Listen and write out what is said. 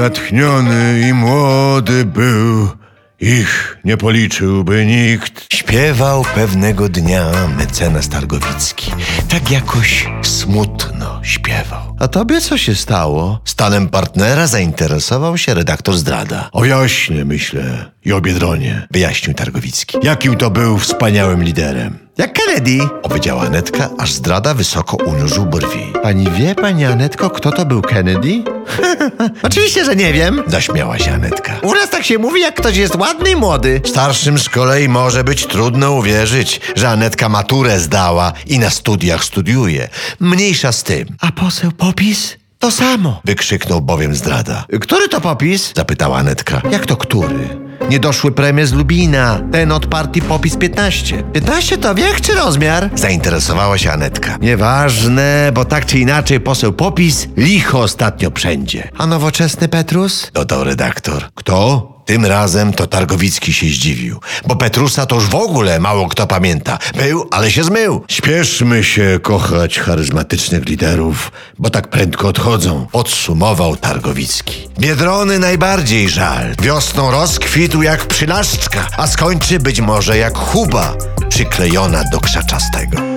natchniony i młody był, ich nie policzyłby nikt. Śpiewał pewnego dnia mecenas Targowicki. Tak jakoś smutno śpiewał. A tobie co się stało? Stanem partnera zainteresował się redaktor Zdrada. O Jaśnie, myślę, i o Biedronie, Wyjaśnił Targowicki. jakim to był wspaniałym liderem. Jak Kennedy, powiedziała Anetka, aż Zdrada wysoko uniósł brwi. Pani wie, pani Anetko, kto to był Kennedy? Oczywiście, że nie wiem, zaśmiała się Anetka. U nas tak się mówi, jak ktoś jest ładny i młody. Starszym z kolei może być trudno uwierzyć, że Anetka maturę zdała i na studiach studiuje. Mniejsza z tym. A poseł Popis? To samo, wykrzyknął bowiem Zdrada. Który to Popis? Zapytała Anetka. Jak to który? Niedoszły premier z Lubina, ten od partii Popis 15. 15 to wiek czy rozmiar? Zainteresowała się Anetka. Nieważne, bo tak czy inaczej poseł Popis licho ostatnio wszędzie. A nowoczesny Petrus? Dodał redaktor. Kto? Tym razem to Targowicki się zdziwił, bo Petrusa to już w ogóle mało kto pamięta. Był, ale się zmył. Śpieszmy się kochać charyzmatycznych liderów, bo tak prędko odchodzą. Podsumował Targowicki. Biedrony najbardziej żal. Wiosną rozkwitł jak przylaszczka, a skończy być może jak chuba przyklejona do krzaczastego.